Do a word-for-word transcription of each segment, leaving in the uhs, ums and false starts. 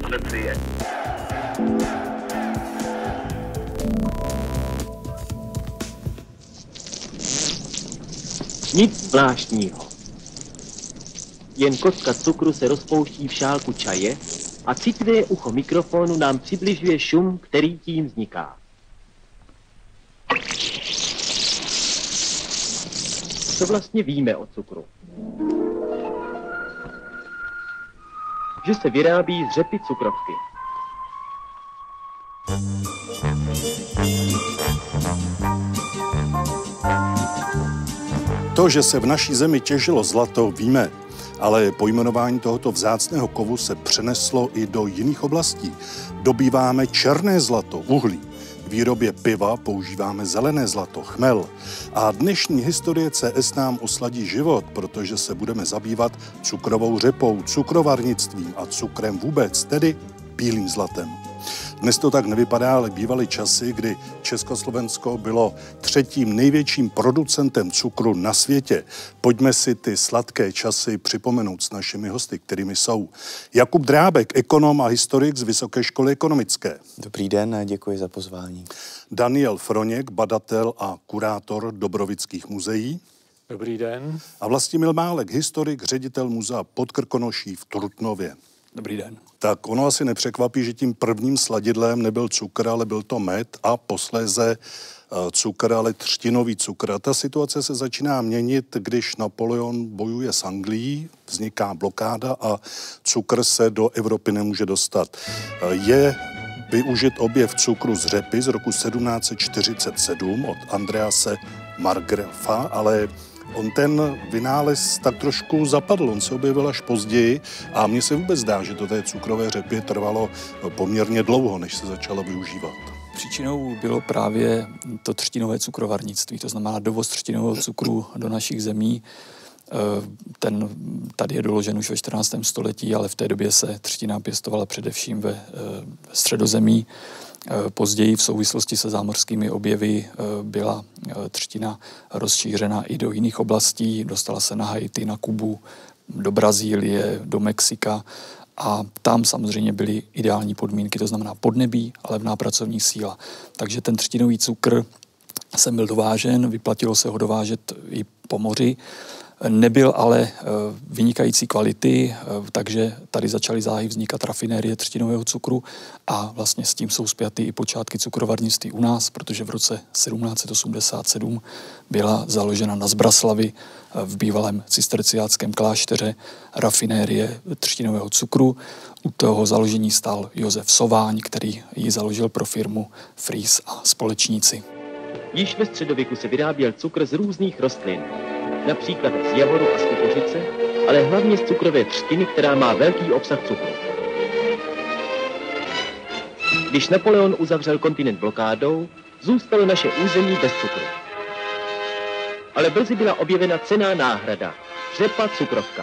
Francie. Nic zvláštního. Jen kostka cukru se rozpouští v šálku čaje a citlivé ucho mikrofonu nám přibližuje šum, který tím vzniká. Co vlastně víme o cukru? Že se vyrábí z řepy cukrovky. To, že se v naší zemi těžilo zlato, víme, ale pojmenování tohoto vzácného kovu se přeneslo i do jiných oblastí. Dobýváme černé zlato, uhlí. K výrobě piva používáme zelené zlato, chmel. A dnešní historie C S nám usladí život, protože se budeme zabývat cukrovou řepou, cukrovarnictvím a cukrem vůbec, tedy bílým zlatem. Dnes to tak nevypadá, ale bývaly časy, kdy Československo bylo třetím největším producentem cukru na světě. Pojďme si ty sladké časy připomenout s našimi hosty, kterými jsou Jakub Drábek, ekonom a historik z Vysoké školy ekonomické. Dobrý den a děkuji za pozvání. Daniel Froněk, badatel a kurátor Dobrovických muzeí. Dobrý den. A Vlastimil Málek, historik, ředitel muzea Podkrkonoší v Trutnově. Dobrý den. Tak ono asi nepřekvapí, že tím prvním sladidlem nebyl cukr, ale byl to med a posléze cukr, ale třtinový cukr. A ta situace se začíná měnit, když Napoleon bojuje s Anglií, vzniká blokáda a cukr se do Evropy nemůže dostat. Je využit objev cukru z řepy z roku sedmnáct set čtyřicet sedm od Andrease Margrafa, ale on ten vynález tak trošku zapadl, on se objevil až později a mně se vůbec zdá, že to té cukrové řepě trvalo poměrně dlouho, než se začalo využívat. Příčinou bylo právě to třtinové cukrovarnictví, to znamená dovoz třtinového cukru do našich zemí. Ten tady je doložen už ve čtrnáctém století, ale v té době se třtina pěstovala především ve Středozemí. Později v souvislosti se zámořskými objevy byla třtina rozšířena i do jiných oblastí. Dostala se na Haiti, na Kubu, do Brazílie, do Mexika a tam samozřejmě byly ideální podmínky, to znamená podnebí, levná pracovní síla. Takže ten třtinový cukr sem byl dovážen, vyplatilo se ho dovážet i po moři. Nebyl ale vynikající kvality, takže tady začaly záhy vznikat rafinérie třtinového cukru a vlastně s tím jsou spjaty i počátky cukrovarnictví u nás, protože v roce sedmnáct set osmdesát sedm byla založena na Zbraslavi v bývalém cisterciáckém klášteře rafinérie třtinového cukru. U toho založení stál Josef Sováň, který ji založil pro firmu Fries a společníci. Již ve středověku se vyráběl cukr z různých rostlin. Například z javoru a z kukuřice, ale hlavně z cukrové třtiny, která má velký obsah cukru. Když Napoleon uzavřel kontinent blokádou, zůstalo naše území bez cukru. Ale brzy byla objevena cenná náhrada, řepa cukrovka.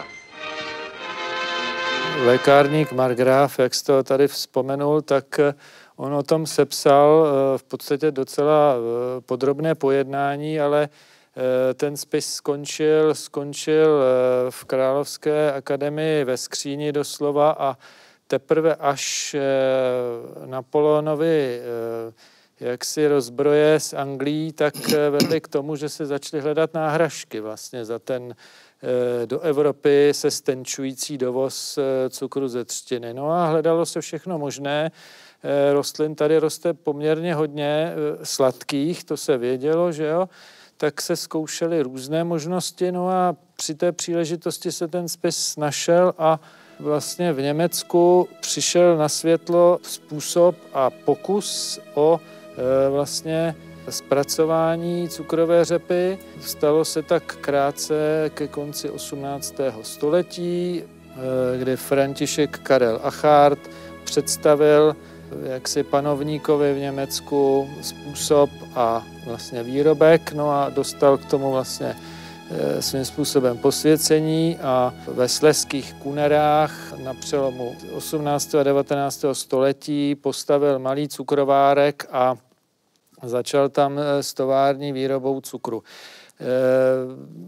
Lékárník Margraf, jak jste to tady vzpomenul, tak on o tom sepsal v podstatě docela podrobné pojednání, ale ten spis skončil, skončil v Královské akademii ve skříni doslova a teprve až Napoleonovi jaksi rozbroje s Anglií, tak vedly k tomu, že se začaly hledat náhražky vlastně za ten do Evropy se stenčující dovoz cukru ze třtiny. No a hledalo se všechno možné. Rostlin tady roste poměrně hodně sladkých, to se vědělo, že jo. Tak se zkoušely různé možnosti, no a při té příležitosti se ten spis našel a vlastně v Německu přišel na světlo způsob a pokus o e, vlastně zpracování cukrové řepy. Stalo se tak krátce ke konci osmnáctého století, e, kdy František Karel Achard představil jaksi panovníkovi v Německu způsob a vlastně výrobek, no a dostal k tomu vlastně e, svým způsobem posvěcení a ve slezských Kunerách na přelomu osmnáctého a devatenáctého století postavil malý cukrovárek a začal tam s tovární výrobou cukru. E,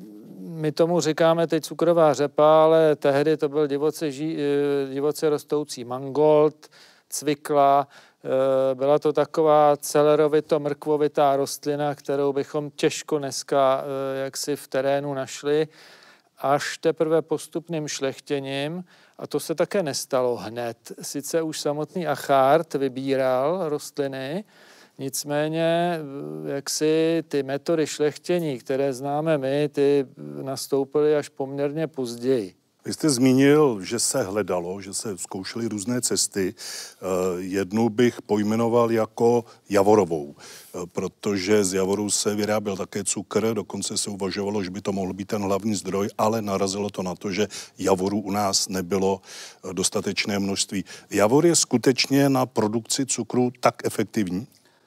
my tomu říkáme teď cukrová řepa, ale tehdy to byl divoce, ži, divoce rostoucí mangold, cvikla. Byla to taková celerovito-mrkvovitá rostlina, kterou bychom těžko dneska jaksi v terénu našli. Až teprve postupným šlechtěním, a to se také nestalo hned. Sice už samotný Achard vybíral rostliny, nicméně jaksi ty metody šlechtění, které známe my, ty nastoupily až poměrně později. Vy jste zmínil, že se hledalo, že se zkoušely různé cesty. Jednu bych pojmenoval jako javorovou, protože z javorů se vyráběl také cukr, dokonce se uvažovalo, že by to mohl být ten hlavní zdroj, ale narazilo to na to, že javorů u nás nebylo dostatečné množství. Javor je skutečně na produkci cukru tak efektivní?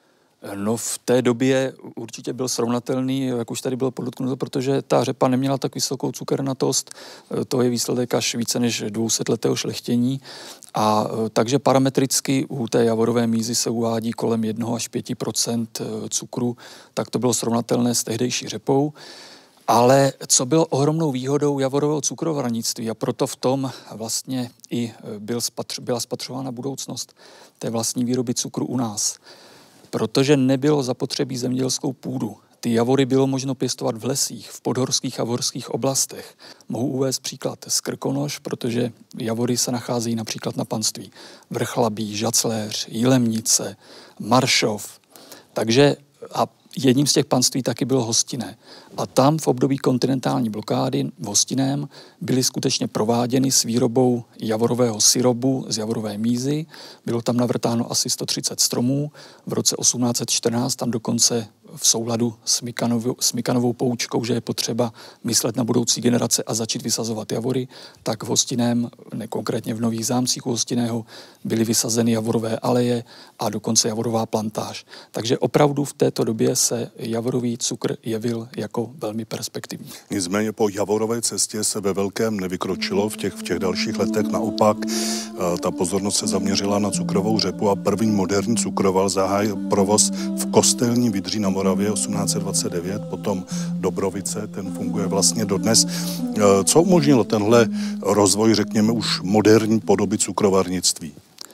No v té době určitě byl srovnatelný, jak už tady bylo podotknuto, protože ta řepa neměla tak vysokou cukernatost, to je výsledek až více než dvousetletého šlechtění. A takže parametricky u té javorové mízy se uvádí kolem jednoho až pěti procent cukru, tak to bylo srovnatelné s tehdejší řepou. Ale co bylo ohromnou výhodou javorového cukrovarnictví a proto v tom vlastně i byl spatř, byla spatřována budoucnost té vlastní výroby cukru u nás. Protože nebylo zapotřebí zemědělskou půdu. Ty javory bylo možno pěstovat v lesích, v podhorských a horských oblastech. Mohu uvést příklad z Krkonoš, protože javory se nacházejí například na panství Vrchlabí, Žacléř, Jilemnice, Maršov. Takže a jedním z těch panství taky bylo Hostinné. A tam v období kontinentální blokády v Hostiném byly skutečně prováděny s výrobou javorového syrobu z javorové mízy. Bylo tam navrtáno asi sto třicet stromů. V roce osmnáct set čtrnáct tam dokonce v souladu s Mikanovou, s Mikanovou poučkou, že je potřeba myslet na budoucí generace a začít vysazovat javory, tak v Hostiném, ne konkrétně v Nových Zámcích u Hostinného, byly vysazeny javorové aleje a dokonce javorová plantáž. Takže opravdu v této době se javorový cukr jevil jako velmi perspektivní. Nicméně po javorové cestě se ve velkém nevykročilo v těch, v těch dalších letech. Naopak ta pozornost se zaměřila na cukrovou řepu a první moderní cukroval zahájil provoz v Kostelní Vydří na Moravě osmnáct set dvacet devět, potom Dobrovice, ten funguje vlastně dodnes. Co umožnilo tenhle rozvoj, řekněme, už moderní podoby cukrovarnictví?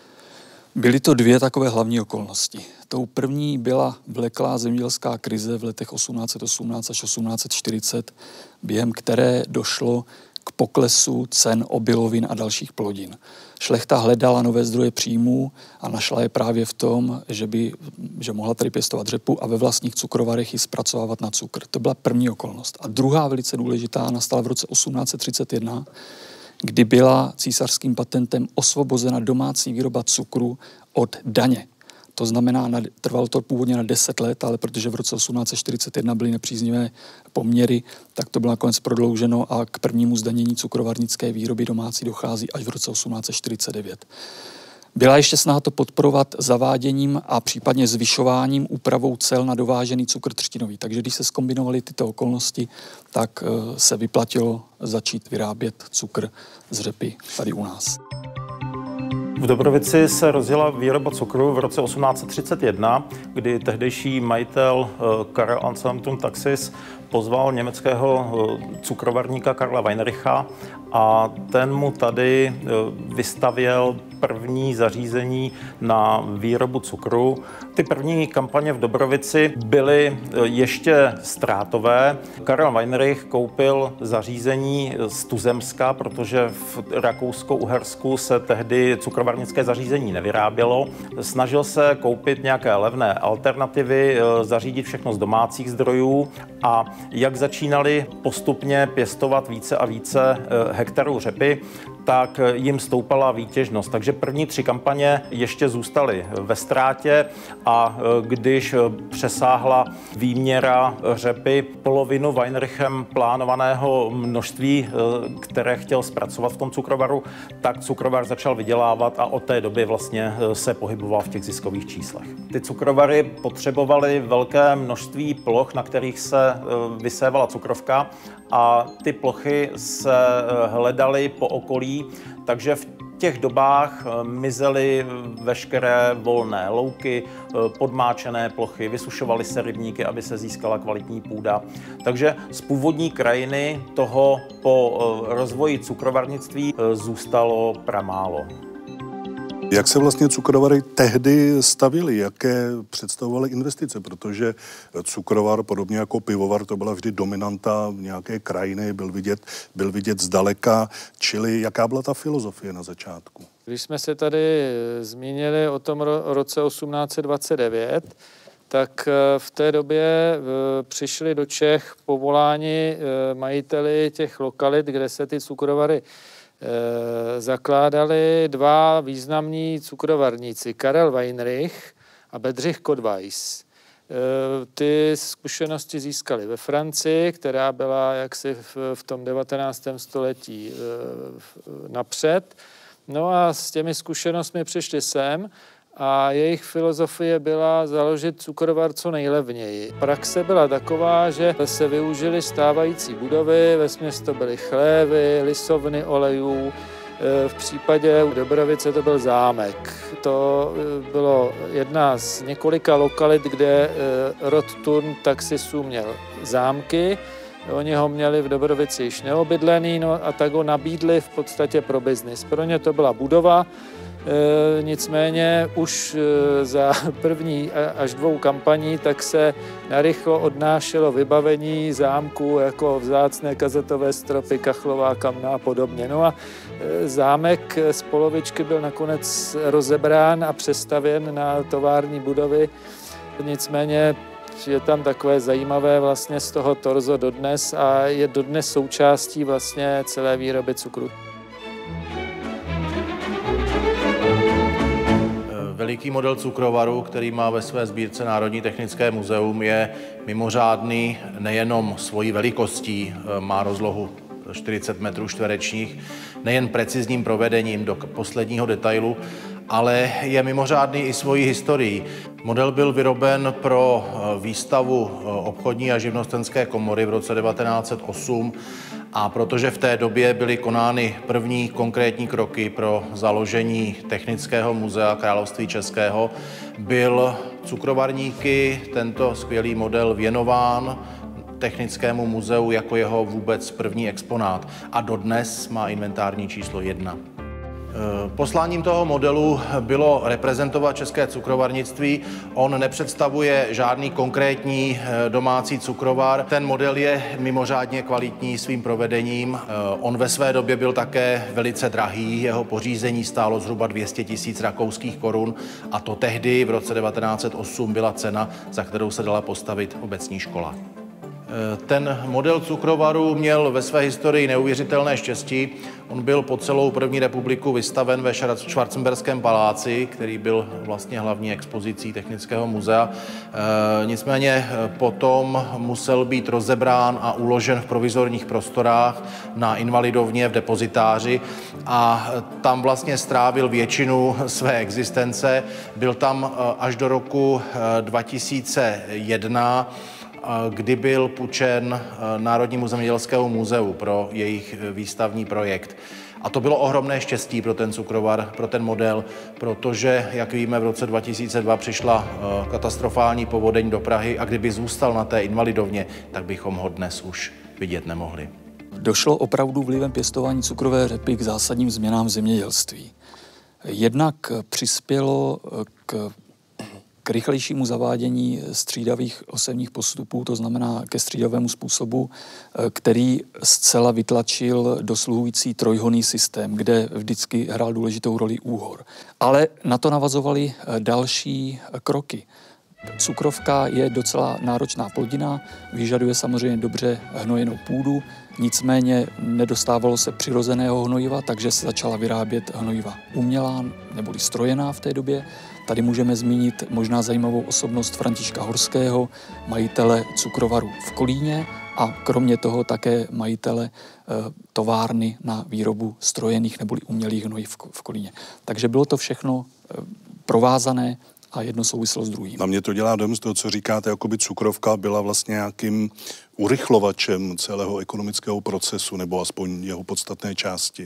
Byly to dvě takové hlavní okolnosti. Tou první byla vleklá zemědělská krize v letech osmnáct set osmnáct až osmnáct set čtyřicet, během které došlo k poklesu cen obilovin a dalších plodin. Šlechta hledala nové zdroje příjmů a našla je právě v tom, že, by, že mohla tady pěstovat řepu a ve vlastních cukrovarech ji zpracovávat na cukr. To byla první okolnost. A druhá velice důležitá nastala v roce osmnáct set třicet jedna, kdy byla císařským patentem osvobozena domácí výroba cukru od daně. To znamená, trvalo to původně na deset let, ale protože v roce osmnáct set čtyřicet jedna byly nepříznivé poměry, tak to bylo nakonec prodlouženo a k prvnímu zdanění cukrovarnické výroby domácí dochází až v roce osmnáct set čtyřicet devět. Byla ještě snaha to podporovat zaváděním a případně zvyšováním úpravou cel na dovážený cukr třtinový. Takže když se zkombinovaly tyto okolnosti, tak se vyplatilo začít vyrábět cukr z řepy tady u nás. V Dobrovici se rozjela výroba cukru v roce osmnáct set třicet jedna, kdy tehdejší majitel Karel Anselm Taxis pozval německého cukrovarníka Karla Weinricha a ten mu tady vystavěl první zařízení na výrobu cukru. Ty první kampaně v Dobrovici byly ještě ztrátové. Karel Weinrich koupil zařízení z tuzemska, protože v Rakousko-Uhersku se tehdy cukrovarnické zařízení nevyrábělo. Snažil se koupit nějaké levné alternativy, zařídit všechno z domácích zdrojů a jak začínali postupně pěstovat více a více hektarů řepy, tak jim stoupala výtěžnost. Takže první tři kampaně ještě zůstaly ve ztrátě a když přesáhla výměra řepy polovinu Weinrichem plánovaného množství, které chtěl zpracovat v tom cukrovaru, tak cukrovar začal vydělávat a od té doby vlastně se pohyboval v těch ziskových číslech. Ty cukrovary potřebovaly velké množství ploch, na kterých se vysévala cukrovka a ty plochy se hledaly po okolí, takže v těch dobách mizely veškeré volné louky, podmáčené plochy, vysušovaly se rybníky, aby se získala kvalitní půda. Takže z původní krajiny toho po rozvoji cukrovarnictví zůstalo pramálo. Jak se vlastně cukrovary tehdy stavěly? Jaké představovaly investice? Protože cukrovar, podobně jako pivovar, to byla vždy dominanta nějaké krajiny, byl vidět, byl vidět zdaleka. Čili jaká byla ta filozofie na začátku? Když jsme se tady zmínili o tom roce osmnáct set dvacet devět, tak v té době přišli do Čech povoláni majiteli těch lokalit, kde se ty cukrovary zakládali dva významní cukrovarníci, Karel Weinrich a Bedřich Kottweiss. Ty zkušenosti získali ve Francii, která byla jaksi v tom devatenáctém století napřed. No a s těmi zkušenostmi přišli sem a jejich filozofie byla založit cukrovar co nejlevněji. Praxe byla taková, že se využily stávající budovy, vesměs to byly chlévy, lisovny olejů, v případě Dobrovice to byl zámek. To bylo jedna z několika lokalit, kde rod Thurn taxisů měl zámky. Oni ho měli v Dobrovici již neobydlený, no a tak ho nabídli v podstatě pro biznis. Pro ně to byla budova, E, nicméně už e, za první až dvou kampaní tak se narychlo odnášelo vybavení zámku jako vzácné kazetové stropy, kachlová kamna a podobně. No a e, zámek z polovičky byl nakonec rozebrán a přestavěn na tovární budovy. Nicméně je tam takové zajímavé vlastně z toho torzo dodnes a je dodnes součástí vlastně celé výroby cukru. Veliký model cukrovaru, který má ve své sbírce Národní technické muzeum, je mimořádný nejenom svojí velikostí, má rozlohu čtyřicet metrů čtverečních, nejen precizním provedením do posledního detailu, ale je mimořádný i svojí historií. Model byl vyroben pro výstavu obchodní a živnostenské komory v roce devatenáct set osm a protože v té době byly konány první konkrétní kroky pro založení Technického muzea Království českého, byl cukrovarníky tento skvělý model věnován Technickému muzeu jako jeho vůbec první exponát a dodnes má inventární číslo jedna. Posláním toho modelu bylo reprezentovat české cukrovarnictví. On nepředstavuje žádný konkrétní domácí cukrovar. Ten model je mimořádně kvalitní svým provedením. On ve své době byl také velice drahý. Jeho pořízení stálo zhruba dvě stě tisíc rakouských korun a to tehdy v roce devatenáct set osm byla cena, za kterou se dala postavit obecní škola. Ten model cukrovaru měl ve své historii neuvěřitelné štěstí. On byl po celou první republiku vystaven ve Schwarzenberském paláci, který byl vlastně hlavní expozicí Technického muzea. E, nicméně potom musel být rozebrán a uložen v provizorních prostorách na invalidovně v depozitáři a tam vlastně strávil většinu své existence. Byl tam až do roku dva tisíce jedna, kdy byl půjčen Národnímu zemědělskému muzeu pro jejich výstavní projekt. A to bylo ohromné štěstí pro ten cukrovar, pro ten model, protože, jak víme, v roce dva tisíce dva přišla katastrofální povodeň do Prahy a kdyby zůstal na té invalidovně, tak bychom ho dnes už vidět nemohli. Došlo opravdu vlivem pěstování cukrové řepy k zásadním změnám v zemědělství. Jednak přispělo k k rychlejšímu zavádění střídavých osevních postupů, to znamená ke střídavému způsobu, který zcela vytlačil dosluhující trojhonný systém, kde vždycky hrál důležitou roli úhor. Ale na to navazovaly další kroky. Cukrovka je docela náročná plodina, vyžaduje samozřejmě dobře hnojenou půdu, nicméně nedostávalo se přirozeného hnojiva, takže se začala vyrábět hnojiva umělá neboli strojená v té době. Tady můžeme zmínit možná zajímavou osobnost Františka Horského, majitele cukrovaru v Kolíně a kromě toho také majitele e, továrny na výrobu strojených neboli umělých hnojiv v Kolíně. Takže bylo to všechno e, provázané a jedno souvislo s druhým. Na mě to dělá dojem z toho, co říkáte, jako by cukrovka byla vlastně nějakým urychlovačem celého ekonomického procesu, nebo aspoň jeho podstatné části.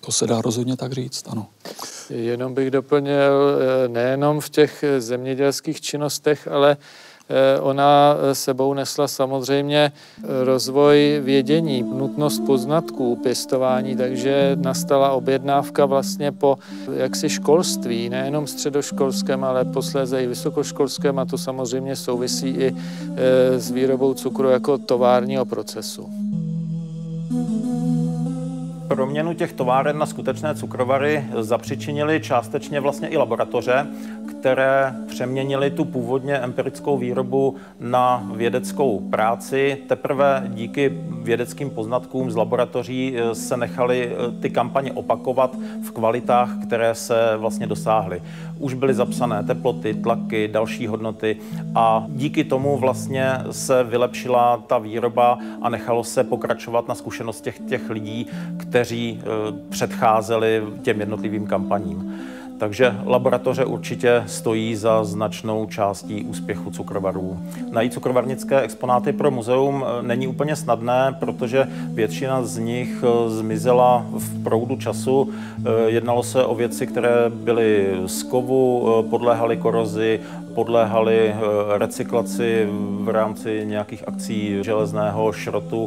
To se dá rozhodně tak říct, ano. Jenom bych doplnil, nejenom v těch zemědělských činnostech, ale ona sebou nesla samozřejmě rozvoj vědění, nutnost poznatků, pěstování, takže nastala objednávka vlastně po jaksi školství, nejenom středoškolském, ale posléze i vysokoškolském, a to samozřejmě souvisí i s výrobou cukru jako továrního procesu. Proměnu těch továren na skutečné cukrovary zapřičinily částečně vlastně i laboratoře, které přeměnily tu původně empirickou výrobu na vědeckou práci. Teprve díky vědeckým poznatkům z laboratoří se nechaly ty kampaně opakovat v kvalitách, které se vlastně dosáhly. Už byly zapsané teploty, tlaky, další hodnoty a díky tomu vlastně se vylepšila ta výroba a nechalo se pokračovat na zkušenostech těch lidí, kteří předcházeli těm jednotlivým kampaním. Takže laboratoře určitě stojí za značnou částí úspěchu cukrovarů. Najít cukrovarnické exponáty pro muzeum není úplně snadné, protože většina z nich zmizela v proudu času. Jednalo se o věci, které byly z kovu, podléhaly korozi, podléhaly recyklaci v rámci nějakých akcí železného šrotu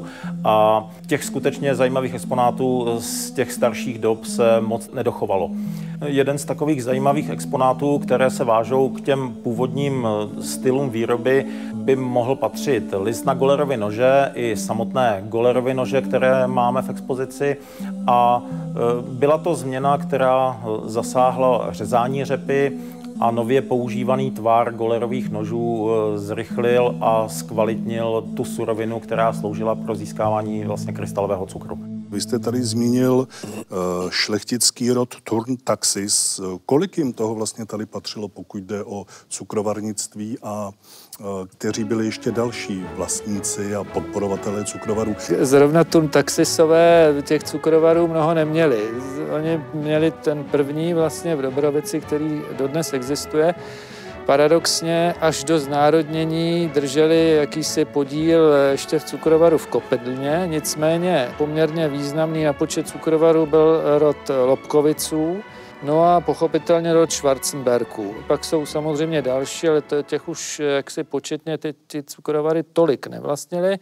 a těch skutečně zajímavých exponátů z těch starších dob se moc nedochovalo. Jeden z takových zajímavých exponátů, které se vážou k těm původním stylům výroby, by mohl patřit list na Gollerovy nože i samotné Gollerovy nože, které máme v expozici. A byla to změna, která zasáhla řezání řepy a nově používaný tvar Gollerových nožů zrychlil a zkvalitnil tu surovinu, která sloužila pro získávání vlastně krystalového cukru. Vy jste tady zmínil uh, šlechtický rod Thurn Taxis. Kolik jim toho vlastně tady patřilo, pokud jde o cukrovarnictví a uh, kteří byli ještě další vlastníci a podporovatelé cukrovarů? Zrovna Thurn Taxisové těch cukrovarů mnoho neměli. Oni měli ten první vlastně v Dobrovici, který dodnes existuje. Paradoxně až do znárodnění drželi jakýsi podíl ještě v cukrovaru v Kopedlně, nicméně poměrně významný na počet cukrovarů byl rod Lobkoviců, no a pochopitelně rod Schwarzenbergů. Pak jsou samozřejmě další, ale těch už jaksi početně ty, ty cukrovary tolik nevlastnili.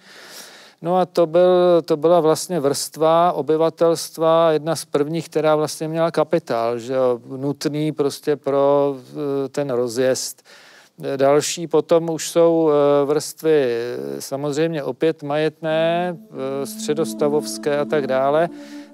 No a to, byl, to byla vlastně vrstva obyvatelstva, jedna z prvních, která vlastně měla kapitál, že nutný prostě pro ten rozjezd. Další potom už jsou vrstvy samozřejmě opět majetné, středostavovské a tak dále.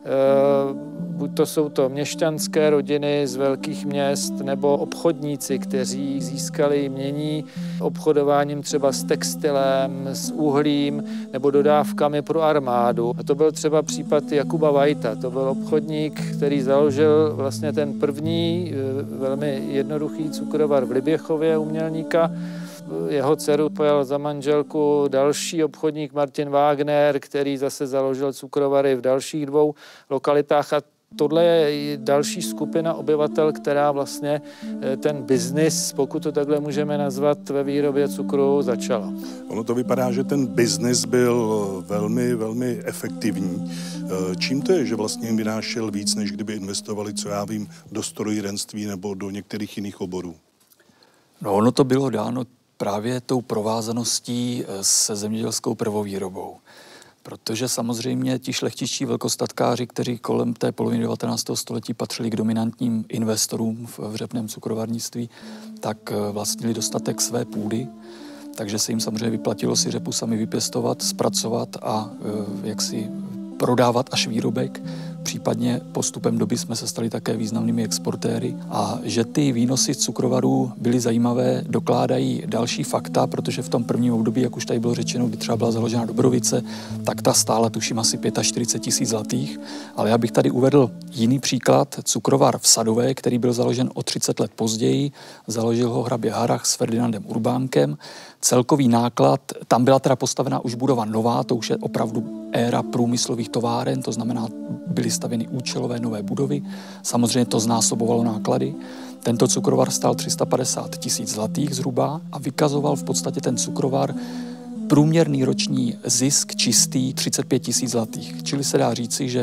Buď to jsou to měšťanské rodiny z velkých měst nebo obchodníci, kteří získali jmění obchodováním třeba s textilem, s uhlím nebo dodávkami pro armádu. A to byl třeba případ Jakuba Vajta. To byl obchodník, který založil vlastně ten první velmi jednoduchý cukrovar v Liběchově, umělníka. Jeho dceru pojal za manželku další obchodník Martin Wagner, který zase založil cukrovary v dalších dvou lokalitách. A tohle je další skupina obyvatel, která vlastně ten biznis, pokud to takhle můžeme nazvat, ve výrobě cukru začala. Ono to vypadá, že ten biznis byl velmi, velmi efektivní. Čím to je, že vlastně jim vynášel víc, než kdyby investovali, co já vím, do strojírenství nebo do některých jiných oborů? No, ono to bylo dáno právě tou provázaností se zemědělskou prvovýrobou. Protože samozřejmě ti šlechtičtí velkostatkáři, kteří kolem té poloviny devatenáctého století patřili k dominantním investorům v řepném cukrovarnictví, tak vlastnili dostatek své půdy, takže se jim samozřejmě vyplatilo si řepu sami vypěstovat, zpracovat a jaksi prodávat až výrobek. Případně postupem doby jsme se stali také významnými exportéry. A že ty výnosy z cukrovarů byly zajímavé, dokládají další fakta, protože v tom prvním období, jak už tady bylo řečeno, kdy třeba byla založena Dobrovice, tak ta stála tuším asi čtyřicet pět tisíc zlatých. Ale já bych tady uvedl jiný příklad, cukrovar v Sadové, který byl založen o třicet let později. Založil ho hrabě Harrach s Ferdinandem Urbánkem. Celkový náklad, tam byla teda postavena už budova nová, to už je opravdu éra průmyslových továren, to znamená, byly stavěny účelové nové budovy. Samozřejmě to znásobovalo náklady. Tento cukrovar stál tři sta padesát tisíc zlatých zhruba a vykazoval v podstatě ten cukrovar průměrný roční zisk čistý třicet pět tisíc zlatých. Čili se dá říci, že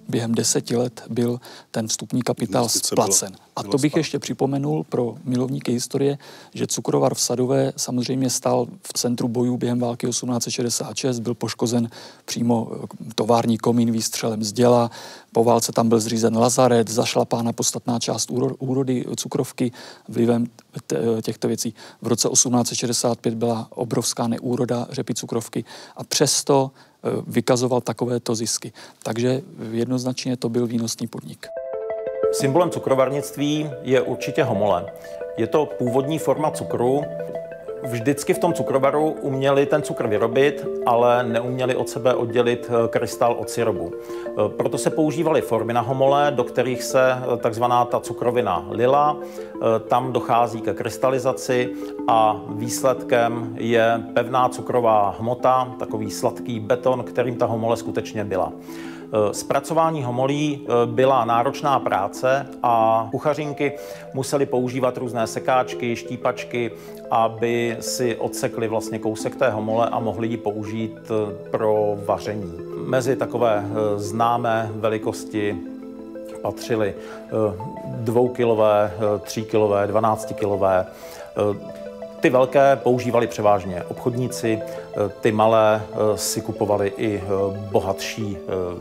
během deseti let byl ten vstupní kapitál splacen. A to bych ještě připomenul pro milovníky historie, že cukrovar v Sadové samozřejmě stál v centru bojů během války osmnáct set šedesát šest, byl poškozen přímo tovární komín výstřelem z děla, po válce tam byl zřízen lazaret, zašlapána podstatná část úrody cukrovky vlivem těchto věcí. V roce osmnáct set šedesát pět byla obrovská neúroda řepy cukrovky a přesto vykazoval takovéto zisky. Takže jednoznačně to byl výnosný podnik. Symbolem cukrovarnictví je určitě homole. Je to původní forma cukru. Vždycky v tom cukrovaru uměli ten cukr vyrobit, ale neuměli od sebe oddělit krystal od syropu. Proto se používaly formy na homole, do kterých se takzvaná ta cukrovina lila. Tam dochází ke krystalizaci a výsledkem je pevná cukrová hmota, takový sladký beton, kterým ta homole skutečně byla. Zpracování homolí byla náročná práce a kuchařinky musely používat různé sekáčky, štípačky, aby si odsekli vlastně kousek té homole a mohli ji použít pro vaření. Mezi takové známé velikosti patřily dvoukilové, tříkilové, dvanáctikilové. Ty velké používali převážně obchodníci, ty malé si kupovali i bohatší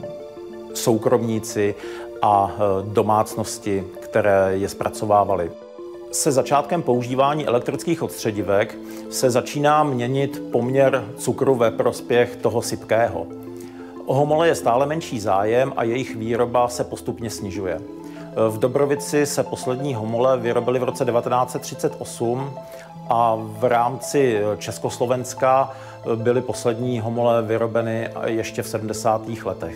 soukromníci a domácnosti, které je zpracovávaly. Se začátkem používání elektrických odstředivek se začíná měnit poměr cukru ve prospěch toho sypkého. O homole je stále menší zájem a jejich výroba se postupně snižuje. V Dobrovici se poslední homole vyrobily v roce devatenáct set třicet osm a v rámci Československa byly poslední homole vyrobeny ještě v sedmdesátých letech.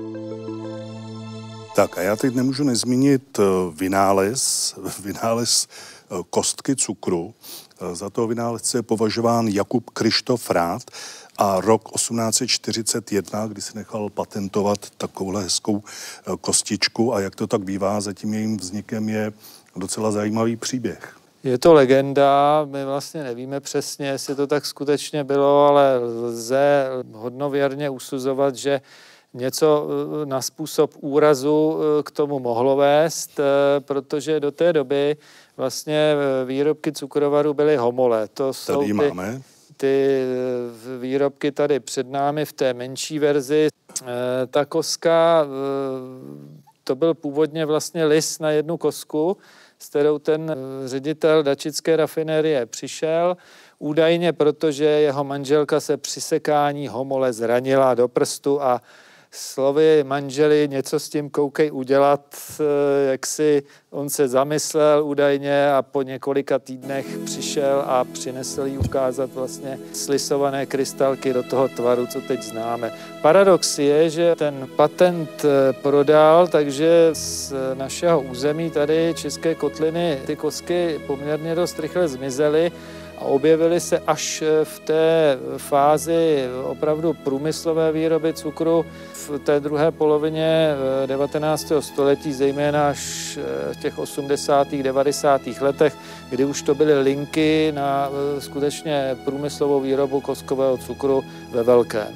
Tak a já teď nemůžu nezmínit vynález, vynález kostky cukru. Za toho vynálezce je považován Jakub Kryštof Rád a rok osmnáct set čtyřicet jedna, kdy si nechal patentovat takovouhle hezkou kostičku a jak to tak bývá, za tím jejím vznikem je docela zajímavý příběh. Je to legenda, my vlastně nevíme přesně, jestli to tak skutečně bylo, ale lze hodnověrně usuzovat, že něco na způsob úrazu k tomu mohlo vést, protože do té doby vlastně výrobky cukrovaru byly homole. To jsou tady ty, máme. ty výrobky tady před námi v té menší verzi. Ta koska, to byl původně vlastně lis na jednu kosku, s kterou ten ředitel dačické rafinérie přišel, údajně protože jeho manželka se při sekání homole zranila do prstu a slovy manželi něco s tím koukej udělat, jak si on se zamyslel údajně a po několika týdnech přišel a přinesl jí ukázat vlastně slisované krystalky do toho tvaru, co teď známe. Paradox je, že ten patent prodal, takže z našeho území tady České kotliny ty kostky poměrně dost rychle zmizely a objevily se až v té fázi opravdu průmyslové výroby cukru v té druhé polovině devatenáctého století, zejména až v těch osmdesátých, devadesátých letech, kdy už to byly linky na skutečně průmyslovou výrobu kostkového cukru ve velkém.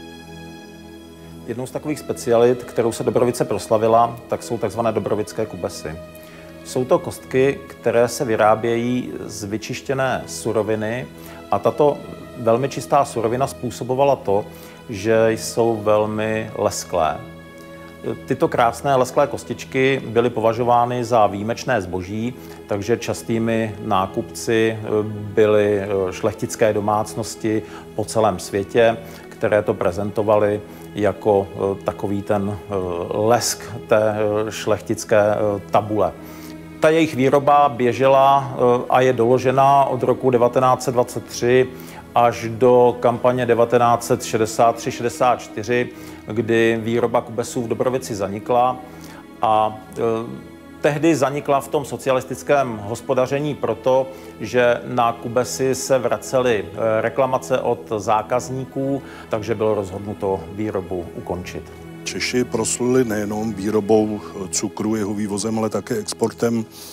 Jednou z takových specialit, kterou se Dobrovice proslavila, tak jsou takzvané dobrovické kubesy. Jsou to kostky, které se vyrábějí z vyčištěné suroviny a tato velmi čistá surovina způsobovala to, že jsou velmi lesklé. Tyto krásné lesklé kostičky byly považovány za výjimečné zboží, takže častými nákupci byly šlechtické domácnosti po celém světě, které to prezentovaly jako takový ten lesk té šlechtické tabule. Ta jejich výroba běžela a je doložena od roku devatenáct set dvacet tři až do kampaně devatenáct set šedesát tři šedesát čtyři, kdy výroba kubesů v Dobrovici zanikla a e, tehdy zanikla v tom socialistickém hospodaření proto, že na kubesy se vracely reklamace od zákazníků, takže bylo rozhodnuto výrobu ukončit. Češi prosluli nejenom výrobou cukru, jeho vývozem, ale také exportem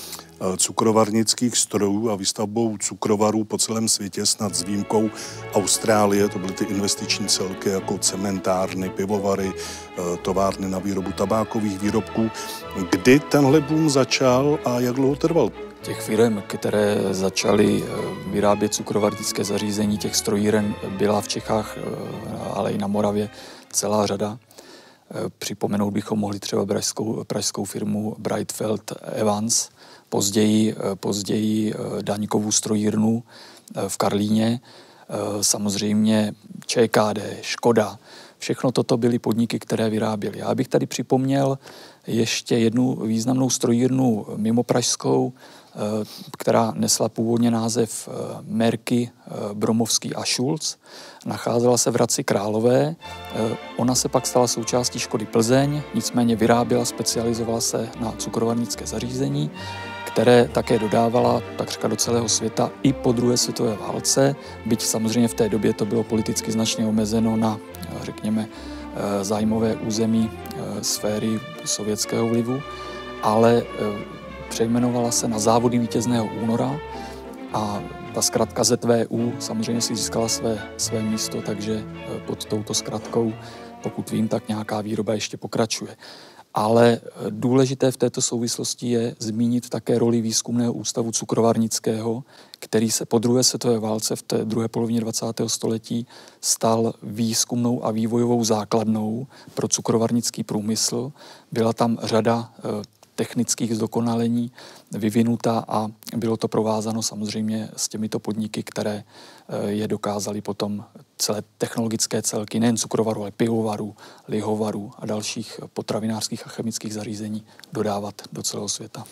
cukrovarnických strojů a výstavbou cukrovarů po celém světě, snad s výjimkou Austrálie. To byly ty investiční celky jako cementárny, pivovary, továrny na výrobu tabákových výrobků. Kdy tenhle boom začal a jak dlouho trval? Těch firm, které začaly vyrábět cukrovarnické zařízení, těch strojíren byla v Čechách, ale i na Moravě celá řada. Připomenout bychom mohli třeba pražskou, pražskou firmu Breitfeld Evans, později, později Daňkovou strojírnu v Karlíně, samozřejmě ČKD, Škoda. Všechno toto byly podniky, které vyráběly. Já bych tady připomněl ještě jednu významnou strojírnu mimo pražskou, která nesla původně název Merky, Bromovský a Schulz. Nacházela se v Hradci Králové. Ona se pak stala součástí Škody Plzeň, nicméně vyráběla, specializovala se na cukrovarnické zařízení, které také dodávala takřka do celého světa i po druhé světové válce, byť samozřejmě v té době to bylo politicky značně omezeno na, řekněme, zájmové území sféry sovětského vlivu, ale přejmenovala se na Závody vítězného února a ta zkratka Z V U samozřejmě si získala své, své místo, takže pod touto zkratkou, pokud vím, tak nějaká výroba ještě pokračuje. Ale důležité v této souvislosti je zmínit také roli Výzkumného ústavu cukrovarnického, který se po druhé světové válce v té druhé polovině dvacátého století stal výzkumnou a vývojovou základnou pro cukrovarnický průmysl. Byla tam řada technických zdokonalení vyvinutá a bylo to provázáno samozřejmě s těmito podniky, které je dokázaly potom celé technologické celky, nejen cukrovarů, ale pivovarů, lihovarů a dalších potravinářských a chemických zařízení dodávat do celého světa.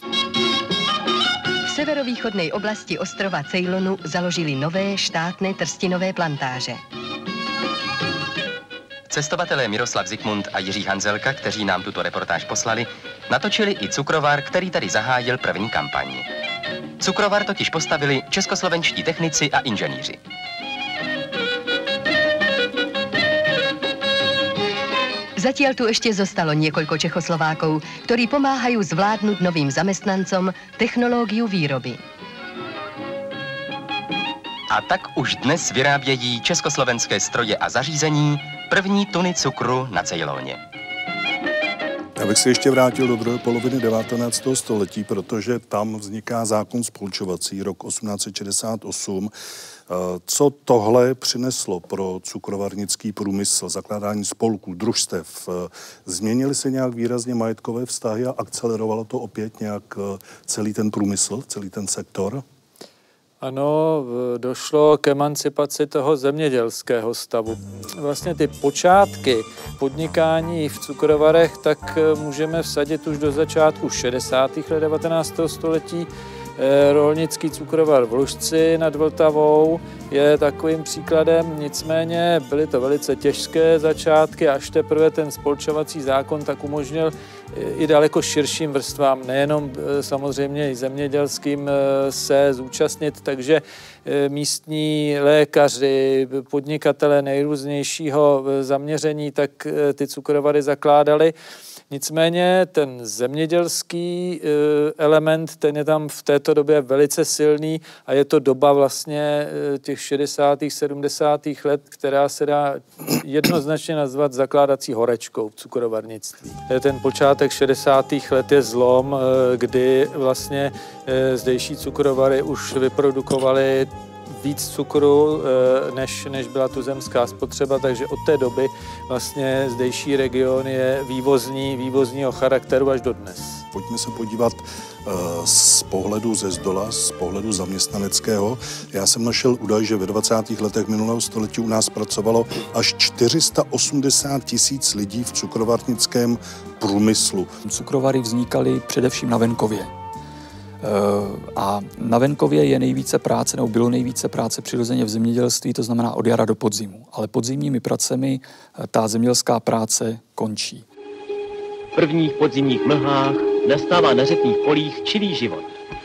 V severovýchodné oblasti ostrova Ceylonu založili nové štátné trstinové plantáže. Cestovatelé Miroslav Zikmund a Jiří Hanzelka, kteří nám tuto reportáž poslali, natočili i cukrovar, který tady zahájil první kampaň. Cukrovar totiž postavili českoslovenští technici a inženýři. Zatiaľ tu ešte zostalo niekoľko Čechoslovákov, ktorí pomáhajú zvládnuť novým zamestnancom technológiu výroby. A tak už dnes vyrábějí československé stroje a zařízení první tuny cukru na Ceyloně. Já bych se ještě vrátil do druhé poloviny devatenáctého století, protože tam vzniká zákon spolčovací rok osmnáct set šedesát osm. Co tohle přineslo pro cukrovarnický průmysl, zakládání spolků, družstev? Změnily se nějak výrazně majetkové vztahy a akcelerovalo to opět nějak celý ten průmysl, celý ten sektor? Ano, došlo k emancipaci toho zemědělského stavu. Vlastně ty počátky podnikání v cukrovarech tak můžeme vsadit už do začátku šedesátých let devatenáctého století. Rolnický cukrovar v Lužci nad Vltavou je takovým příkladem, nicméně byly to velice těžké začátky, až teprve ten spolčovací zákon tak umožnil i daleko širším vrstvám, nejenom samozřejmě i zemědělským, se zúčastnit, takže místní lékaři, podnikatelé nejrůznějšího zaměření, tak ty cukrovary zakládali. Nicméně ten zemědělský element, ten je tam v této době velice silný a je to doba vlastně těch šedesátých, sedmdesátých let, která se dá jednoznačně nazvat zakládací horečkou v cukrovarnictví. Ten počátek šedesátých let je zlom, kdy vlastně zdejší cukrovary už vyprodukovaly víc cukru, než, než byla tuzemská spotřeba, takže od té doby vlastně zdejší region je vývozní, vývozního charakteru až do dnes. Pojďme se podívat z pohledu ze zdola, z pohledu zaměstnaneckého. Já jsem našel údaj, že ve dvacátých letech minulého století u nás pracovalo až čtyři sta osmdesát tisíc lidí v cukrovarnickém průmyslu. Cukrovary vznikaly především na venkově. A na venkově je nejvíce práce, nebo bylo nejvíce práce přirozeně v zemědělství, to znamená od jara do podzimu. Ale podzimními pracemi ta zemědělská práce končí. V prvních podzimních mlhách nastává na řepných polích čilý život.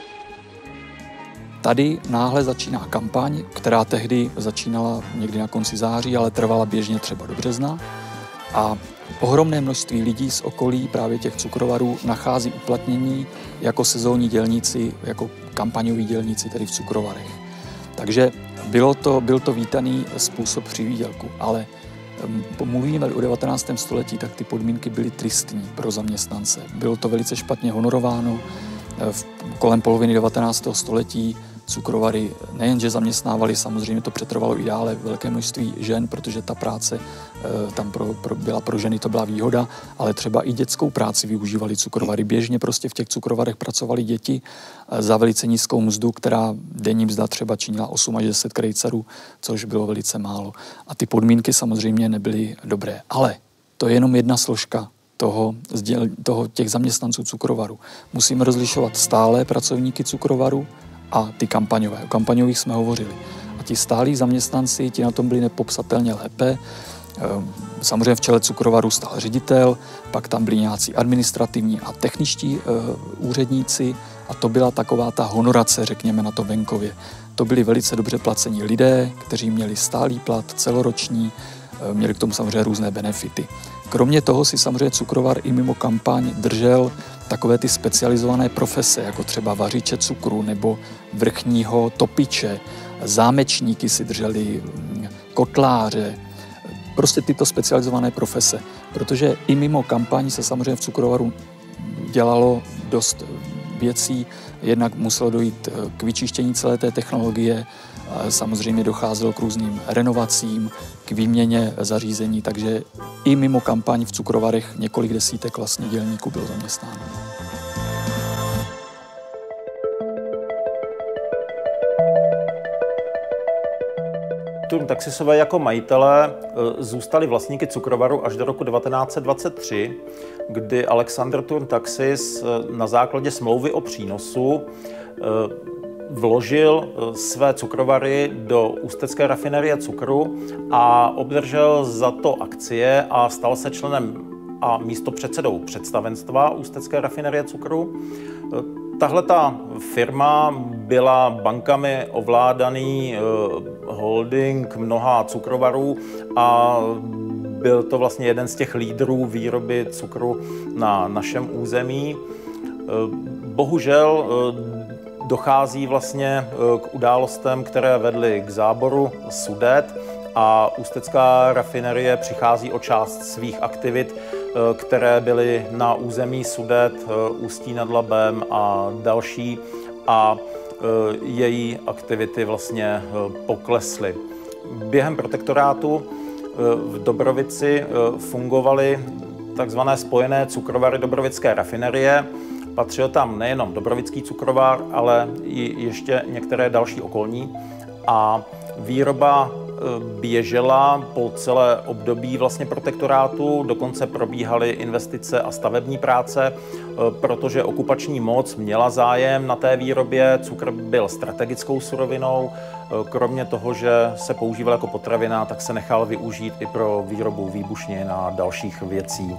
Tady náhle začíná kampaň, která tehdy začínala někdy na konci září, ale trvala běžně třeba do března. A ohromné množství lidí z okolí právě těch cukrovarů nachází uplatnění jako sezónní dělníci, jako kampaňoví dělníci tedy v cukrovarech. Takže bylo to, byl to vítaný způsob přivýdělku, ale mluvíme o devatenáctém století, tak ty podmínky byly tristní pro zaměstnance. Bylo to velice špatně honorováno. V kolem poloviny devatenáctého století cukrovary nejenže zaměstnávali, samozřejmě to přetrvalo i dále velké množství žen, protože ta práce tam pro, pro, byla pro ženy, to byla výhoda, ale třeba i dětskou práci využívali cukrovary. Běžně prostě v těch cukrovarech pracovali děti za velice nízkou mzdu, která denní mzda třeba činila osm až deset krejcarů, což bylo velice málo. A ty podmínky samozřejmě nebyly dobré. Ale to je jenom jedna složka toho, toho těch zaměstnanců cukrovaru. Musíme rozlišovat stále pracovníky cukrovaru a ty kampaňové. O kampaňových jsme hovořili. A ti stálí zaměstnanci, ti na tom byli nepopsatelně lépe. Samozřejmě v čele cukrovaru stál ředitel, pak tam byli nějací administrativní a techničtí uh, úředníci a to byla taková ta honorace, řekněme, na to venkově. To byli velice dobře placení lidé, kteří měli stálý plat, celoroční, uh, měli k tomu samozřejmě různé benefity. Kromě toho si samozřejmě cukrovar i mimo kampaň držel takové ty specializované profese, jako třeba vařiče cukru nebo vrchního topiče, zámečníky si drželi, kotláře, prostě tyto specializované profese. Protože i mimo kampaň se samozřejmě v cukrovaru dělalo dost věcí, jednak muselo dojít k vyčištění celé té technologie, samozřejmě docházelo k různým renovacím, k výměně zařízení, takže i mimo kampaň v cukrovarech několik desítek vlastně dělníků bylo zaměstnáno. Turn Taxisové jako majitelé zůstali vlastníky cukrovaru až do roku devatenáct set dvacet tři, kdy Alexander Turn Taxis na základě smlouvy o přínosu vložil své cukrovary do ústecké rafinerie cukru a obdržel za to akcie a stal se členem a místopředsedou představenstva ústecké rafinerie cukru. Tahle ta firma byla bankami ovládaný holding mnoha cukrovarů a byl to vlastně jeden z těch lídrů výroby cukru na našem území. Bohužel dochází vlastně k událostem, které vedly k záboru Sudet a ústecká rafinerie přichází o část svých aktivit, které byly na území Sudet, Ústí nad Labem a další a její aktivity vlastně poklesly. Během protektorátu v Dobrovici fungovaly takzvané spojené cukrovary Dobrovické rafinerie. Patřil tam nejenom Dobrovický cukrovar, ale i ještě některé další okolní. A výroba běžela po celé období vlastně protektorátu, dokonce probíhaly investice a stavební práce, protože okupační moc měla zájem na té výrobě. Cukr byl strategickou surovinou, kromě toho, že se používal jako potravina, tak se nechal využít i pro výrobu výbušnin a dalších věcí.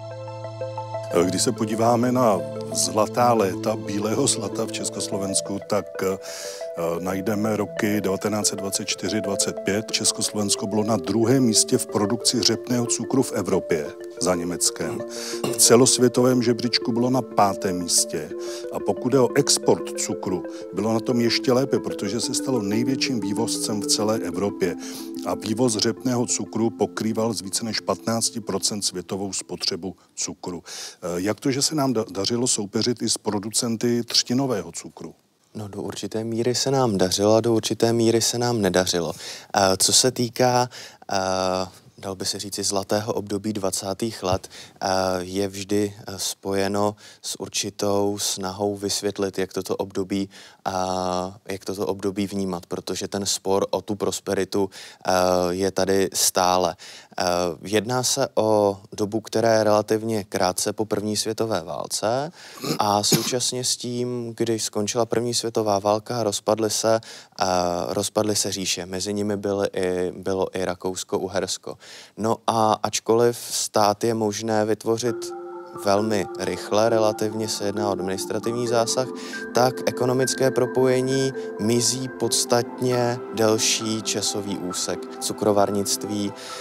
Když se podíváme na zlatá léta bílého zlata v Československu, tak najdeme roky devatenáct set dvacet čtyři dvacet pět. Československo bylo na druhém místě v produkci řepného cukru v Evropě za Německem. V celosvětovém žebříčku bylo na pátém místě. A pokud je o export cukru, bylo na tom ještě lépe, protože se stalo největším vývozcem v celé Evropě. A vývoz řepného cukru pokrýval z více než patnáct procent světovou spotřebu cukru. Jak to, že se nám dařilo soupeřit i s producenty třtinového cukru? No, do určité míry se nám dařilo a do určité míry se nám nedařilo. Co se týká, dal by se říci, zlatého období dvacátých let, je vždy spojeno s určitou snahou vysvětlit, jak toto období, jak toto období vnímat, protože ten spor o tu prosperitu je tady stále. Jedná se o dobu, která je relativně krátce po první světové válce a současně s tím, když skončila první světová válka, rozpadly se, rozpadly se říše. Mezi nimi byly i, bylo i Rakousko-Uhersko. No a ačkoliv stát je možné vytvořit velmi rychle, relativně se jedná o administrativní zásah, tak ekonomické propojení mizí podstatně delší časový úsek. Cukrovarnictví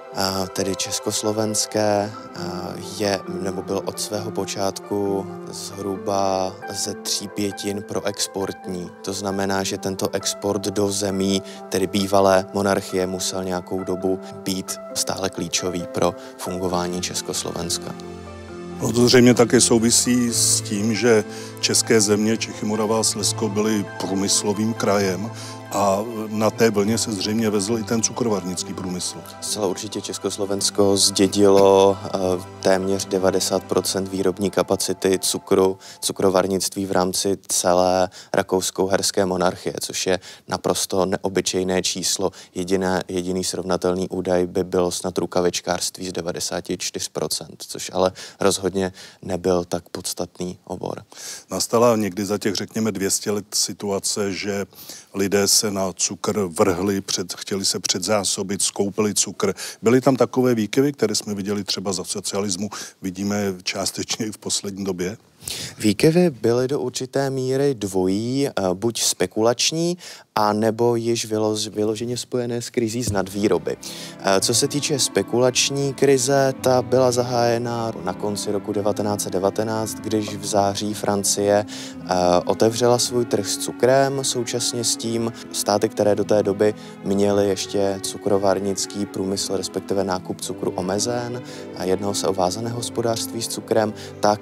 tedy československé, je nebo byl od svého počátku zhruba ze tří pětin proexportní. To znamená, že tento export do zemí, tedy bývalé monarchie, musel nějakou dobu být stále klíčový pro fungování Československa. No to zřejmě také souvisí s tím, že české země, Čechy, Morava a Slezsko byly průmyslovým krajem a na té vlně se zřejmě vezl i ten cukrovarnický průmysl. Zcela určitě Československo zdědilo téměř devadesát procent výrobní kapacity cukru, cukrovarnictví v rámci celé rakousko-uherské monarchie, což je naprosto neobyčejné číslo. Jediné, jediný srovnatelný údaj by byl snad rukavičkářství z devadesát čtyři procent, což ale rozhodně nebyl tak podstatný obor. Nastala někdy za těch, řekněme, dvě stě let situace, že lidé se na cukr vrhli, před, chtěli se předzásobit, skoupili cukr. Byly tam takové výkyvy, které jsme viděli třeba za socialismu, vidíme částečně i v poslední době? Výkyvy byly do určité míry dvojí, buď spekulační, a nebo již vylož, vyloženě spojené s krizí z nadvýroby. Co se týče spekulační krize, ta byla zahájena na konci roku devatenáct set devatenáct, když v září Francie otevřela svůj trh s cukrem, současně s tím státy, které do té doby měly ještě cukrovarnický průmysl, respektive nákup cukru omezen, a jednalo se o vázané hospodářství s cukrem, tak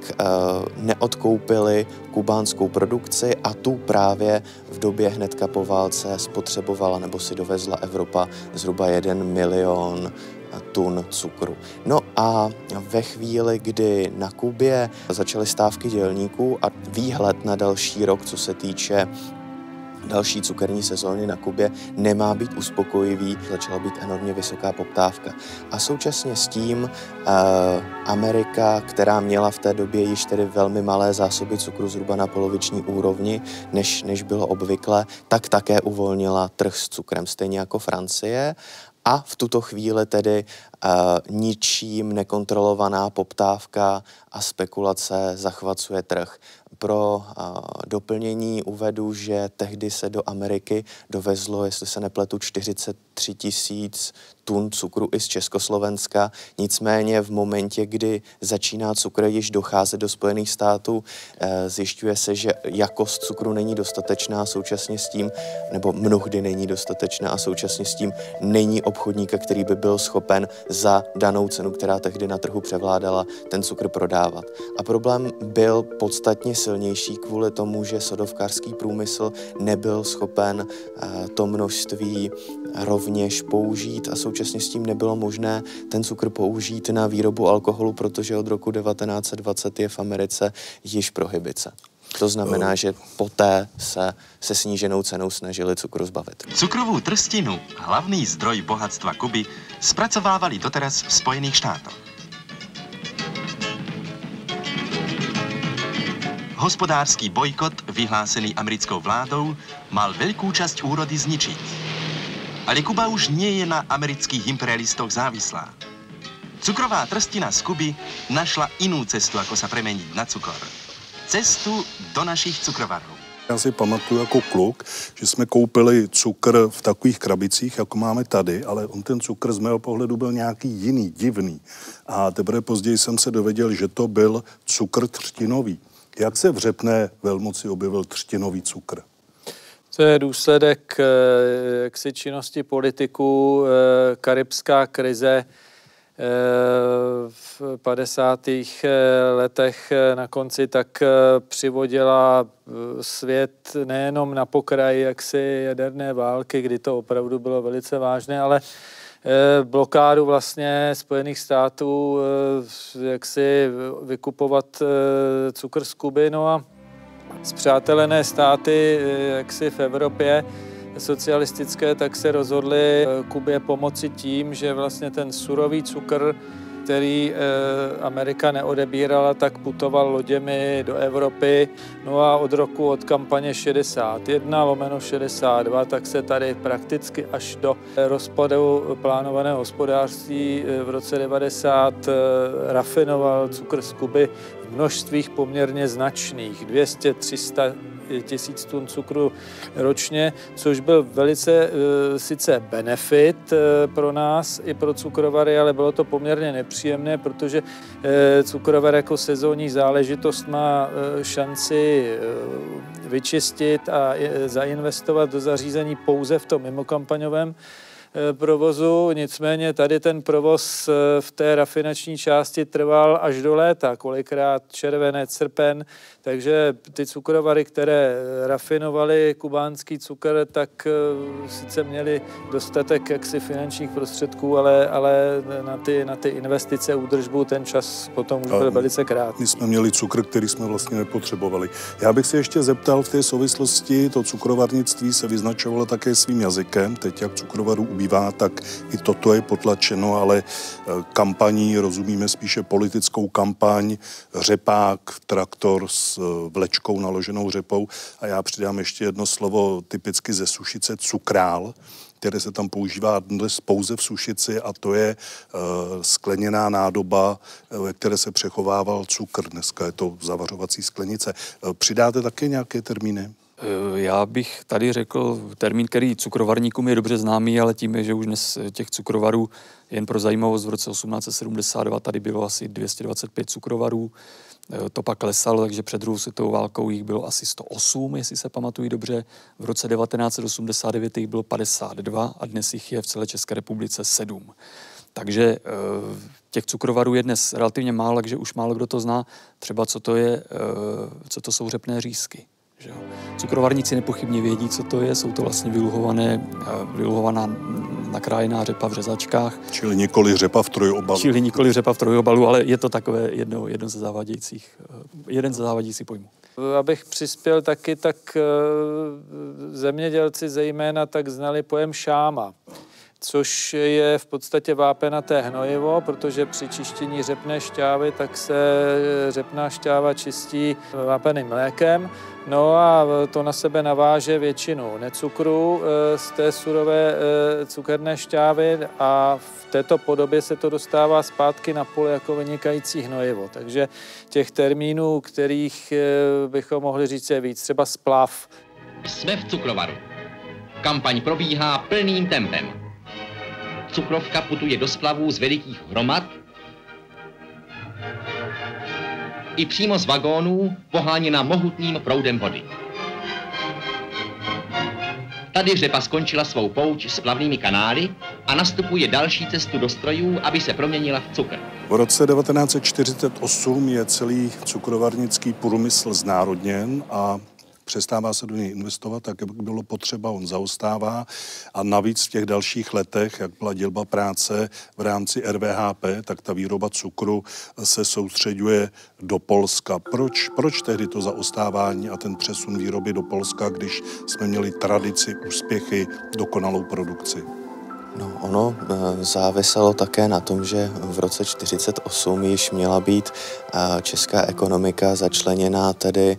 neodkoupili kubánskou produkci a tu právě v době hnedka po válce spotřebovala nebo si dovezla Evropa zhruba jeden milion tun cukru. No a ve chvíli, kdy na Kubě začaly stávky dělníků a výhled na další rok, co se týče další cukerní sezóny na Kubě, nemá být uspokojivý, začala být enormně vysoká poptávka. A současně s tím eh, Amerika, která měla v té době již tedy velmi malé zásoby cukru zhruba na poloviční úrovni, než, než bylo obvykle, tak také uvolnila trh s cukrem, stejně jako Francie. A v tuto chvíli tedy uh, ničím nekontrolovaná poptávka a spekulace zachvacuje trh. Pro uh, doplnění uvedu, že tehdy se do Ameriky dovezlo, jestli se nepletu, čtyřicet tři tisíc tun cukru i z Československa. Nicméně v momentě, kdy začíná cukr již docházet do Spojených států, eh, zjišťuje se, že jakost cukru není dostatečná, současně s tím, nebo mnohdy není dostatečná a současně s tím není obchodníka, který by byl schopen za danou cenu, která tehdy na trhu převládala, ten cukr prodávat. A problém byl podstatně silnější kvůli tomu, že sodovkářský průmysl nebyl schopen eh, to množství rovněž použít a současně s tím nebylo možné ten cukr použít na výrobu alkoholu, protože od roku devatenáct set dvacet je v Americe již prohibice. To znamená, že poté se se sníženou cenou snažili cukru zbavit. Cukrovou trstinu, hlavný zdroj bohatstva Kuby, spracovávali doteraz v Spojených štátoch. Hospodářský bojkot, vyhlásený americkou vládou, mal veľkú časť úrody zničiť. Ale Kuba už nie je na amerických imperialistoch závislá. Cukrová trstina z Kuby našla inú cestu, ako sa premeniť na cukor. Cestu do našich cukrovarů. Já si pamatuju jako kluk, že jsme koupili cukr v takových krabicích, jako máme tady, ale on ten cukr z mého pohledu byl nějaký jiný, divný. A teprve později jsem se dověděl, že to byl cukr třtinový. Jak se v Řepné velmoci objevil třtinový cukr? To je důsledek jaksi činnosti politiků, karibská krize v padesátých letech na konci tak přivodila svět nejenom na pokraji jaksi jaderné války, kdy to opravdu bylo velice vážné, ale blokádu vlastně Spojených států, jak si vykupovat cukr z Kuby. No a spřátelené státy, jak si v Evropě socialistické, tak se rozhodli Kubě pomoci tím, že vlastně ten surový cukr, který Amerika neodebírala, tak putoval loděmi do Evropy. No a od roku od kampaně šedesát jedna lomeno šedesát dva, tak se tady prakticky až do rozpadu plánovaného hospodářství v roce devadesát rafinoval cukr z Kuby v množstvích poměrně značných, dvě stě až tři sta tisíc tun cukru ročně, což byl velice e, sice benefit e, pro nás i pro cukrovary, ale bylo to poměrně nepříjemné, protože e, cukrovar jako sezónní záležitost má e, šanci e, vyčistit a e, zainvestovat do zařízení pouze v tom mimokampaňovém provozu, nicméně tady ten provoz v té rafinační části trval až do léta, kolikrát červenec, srpen, takže ty cukrovary, které rafinovaly kubánský cukr, tak sice měly dostatek jaksi finančních prostředků, ale, ale na, ty, na ty investice, údržbu ten čas potom už byl velice krátký. My jsme měli cukr, který jsme vlastně nepotřebovali. Já bych se ještě zeptal v té souvislosti, to cukrovarnictví se vyznačovalo také svým jazykem, teď jak cukrovarů ubývá, tak i toto je potlačeno, ale kampaní rozumíme spíše politickou kampaň, řepák, traktor s vlečkou naloženou řepou a já přidám ještě jedno slovo typicky ze Sušice, cukrál, které se tam používá dnes pouze v Sušici a to je uh, skleněná nádoba, ve které se přechovával cukr. Dneska je to zavařovací sklenice. Uh, přidáte také nějaké termíny? Já bych tady řekl termín, který cukrovarníkům je dobře známý, ale tím je, že už dnes těch cukrovarů, jen pro zajímavost, v roce osmnáct set sedmdesát dva tady bylo asi dvě stě dvacet pět cukrovarů. To pak klesalo, takže před druhou světovou válkou jich bylo asi sto osm, jestli se pamatují dobře. V roce devatenáct set osmdesát devět jich bylo padesát dva a dnes jich je v celé České republice sedm. Takže těch cukrovarů je dnes relativně málo, takže už málo kdo to zná. Třeba co to je, co to jsou řepné řízky. Že jo. Cukrovarníci nepochybně vědí, co to je. Jsou to vlastně vyluhované, vyluhovaná nakrájená řepa v řezačkách. Čili nikoli řepa v trojobalu. Čili nikoli řepa v trojobalu, ale je to takové jedno, jedno ze závadějících, jeden ze závadějících pojmů. Abych přispěl taky, tak zemědělci zejména tak znali pojem šáma, což je v podstatě vápenaté hnojivo, protože při čištění řepné šťávy tak se řepná šťáva čistí vápeným mlékem. No a to na sebe naváže většinu necukru z té surové cukerné šťávy a v této podobě se to dostává zpátky na pole jako vynikající hnojivo. Takže těch termínů, kterých bychom mohli říct je víc, třeba splav. Jsme v cukrovaru. Kampaň probíhá plným tempem. Cukrovka putuje do splavů z velikých hromad i přímo z vagónů poháněna mohutným proudem vody. Tady řepa skončila svou pouť s plavnými kanály a nastupuje další cestu do strojů, aby se proměnila v cukr. V roce devatenáct set čtyřicet osm je celý cukrovarnický průmysl znárodněn a přestává se do něj investovat, tak jak bylo potřeba, on zaostává a navíc v těch dalších letech, jak byla dělba práce v rámci R V H P, tak ta výroba cukru se soustředuje do Polska. Proč, proč tehdy to zaostávání a ten přesun výroby do Polska, když jsme měli tradici, úspěchy, dokonalou produkci? No, ono záviselo také na tom, že v roce čtyřicet osm již měla být česká ekonomika začleněná tedy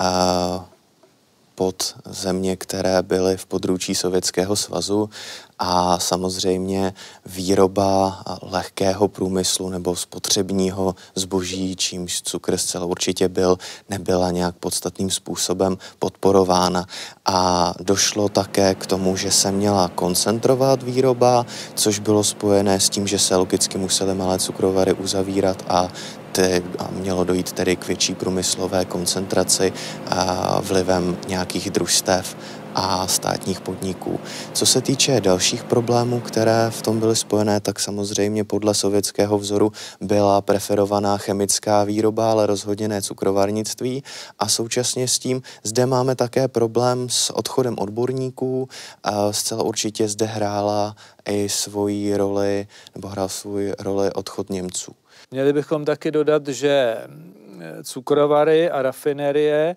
pod země, které byly v područí Sovětského svazu a samozřejmě výroba lehkého průmyslu nebo spotřebního zboží, čímž cukr zcela určitě byl, nebyla nějak podstatným způsobem podporována. A došlo také k tomu, že se měla koncentrovat výroba, což bylo spojené s tím, že se logicky musely malé cukrovary uzavírat a a mělo dojít tedy k větší průmyslové koncentraci a vlivem nějakých družstev a státních podniků. Co se týče dalších problémů, které v tom byly spojené, tak samozřejmě podle sovětského vzoru byla preferovaná chemická výroba, ale rozhodně ne cukrovarnictví. A současně s tím zde máme také problém s odchodem odborníků. A zcela určitě zde hrála i svoji roli, nebo hrál svou roli odchod Němců. Měli bychom taky dodat, že cukrovary a rafinerie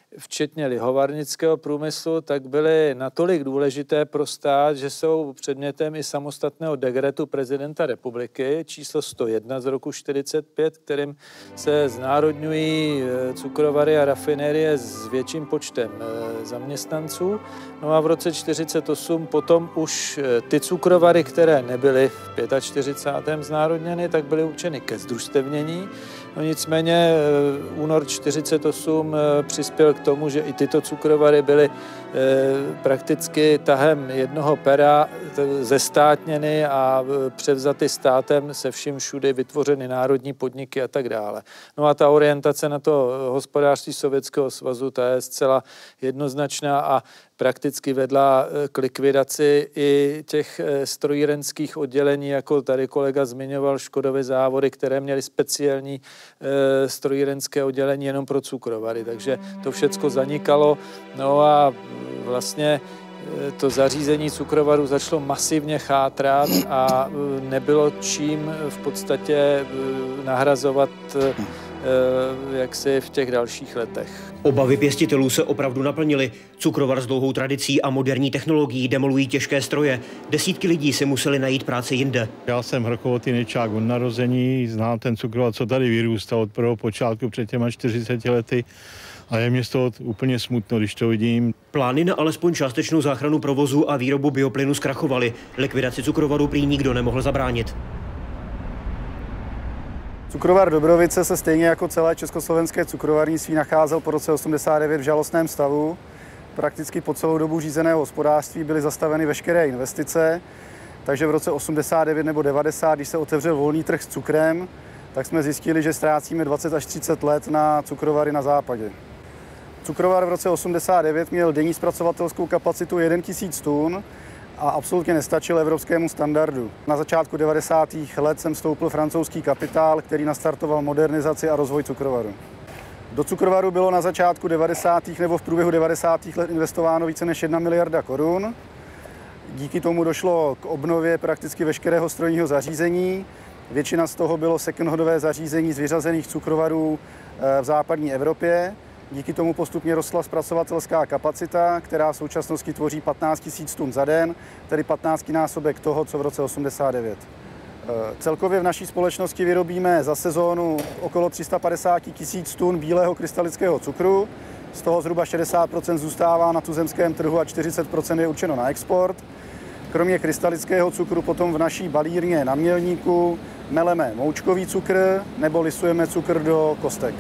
včetně lihovarnického průmyslu, tak byly natolik důležité pro stát, že jsou předmětem i samostatného dekretu prezidenta republiky číslo sto jedna z roku čtyřicet pět, kterým se znárodňují cukrovary a rafinérie s větším počtem zaměstnanců. No a v roce čtyřicet osm potom už ty cukrovary, které nebyly v čtyřicátém pátém znárodněny, tak byly určeny ke združstevnění. No nicméně únor čtyřicet osm přispěl k tomu, že i tyto cukrovary byly prakticky tahem jednoho pera zestátněny a převzaty státem, se vším všudy vytvořeny národní podniky a tak dále. No a ta orientace na to hospodářství Sovětského svazu, ta je zcela jednoznačná a prakticky vedla k likvidaci i těch strojírenských oddělení, jako tady kolega zmiňoval Škodovy závody, které měly speciální strojírenské oddělení jenom pro cukrovary. Takže to všecko zanikalo. No a vlastně to zařízení cukrovaru začalo masivně chátrat a nebylo čím v podstatě nahrazovat jaksi v těch dalších letech. Obavy pěstitelů se opravdu naplnily. Cukrovar s dlouhou tradicí a moderní technologií demolují těžké stroje. Desítky lidí si museli najít práci jinde. Já jsem hrkovotynečák od narození, znám ten cukrovar, co tady vyrůstal od prvého počátku před těma čtyřiceti lety. A je mě z toho úplně smutno, když to vidím. Plány na alespoň částečnou záchranu provozu a výrobu bioplynu zkrachovaly. Likvidaci cukrovaru prý nikdo nemohl zabránit. Cukrovar Dobrovice se stejně jako celé československé cukrovarnictví nacházel po roce osmdesát devět v žalostném stavu. Prakticky po celou dobu řízeného hospodářství byly zastaveny veškeré investice, takže v roce osmdesát devět nebo devadesát, když se otevřel volný trh s cukrem, tak jsme zjistili, že ztrácíme dvacet až třicet let na cukrovary na západě. Cukrovar v roce osmdesát devět měl denní zpracovatelskou kapacitu tisíc tun a absolutně nestačil evropskému standardu. Na začátku devadesátých let sem vstoupil francouzský kapitál, který nastartoval modernizaci a rozvoj cukrovaru. Do cukrovaru bylo na začátku devadesátých nebo v průběhu devadesátých let investováno více než jedna miliarda korun. Díky tomu došlo k obnově prakticky veškerého strojního zařízení. Většina z toho bylo second-handové zařízení z vyřazených cukrovarů v západní Evropě. Díky tomu postupně rostla zpracovatelská kapacita, která v současnosti tvoří patnáct tisíc tun za den, tedy patnáctinásobek toho, co v roce osmdesát devět. Celkově v naší společnosti vyrobíme za sezónu okolo tři sta padesát tisíc tun bílého krystalického cukru, z toho zhruba šedesát procent zůstává na tuzemském trhu a čtyřicet procent je určeno na export. Kromě krystalického cukru potom v naší balírně na Mělníku meleme moučkový cukr nebo lisujeme cukr do kostek.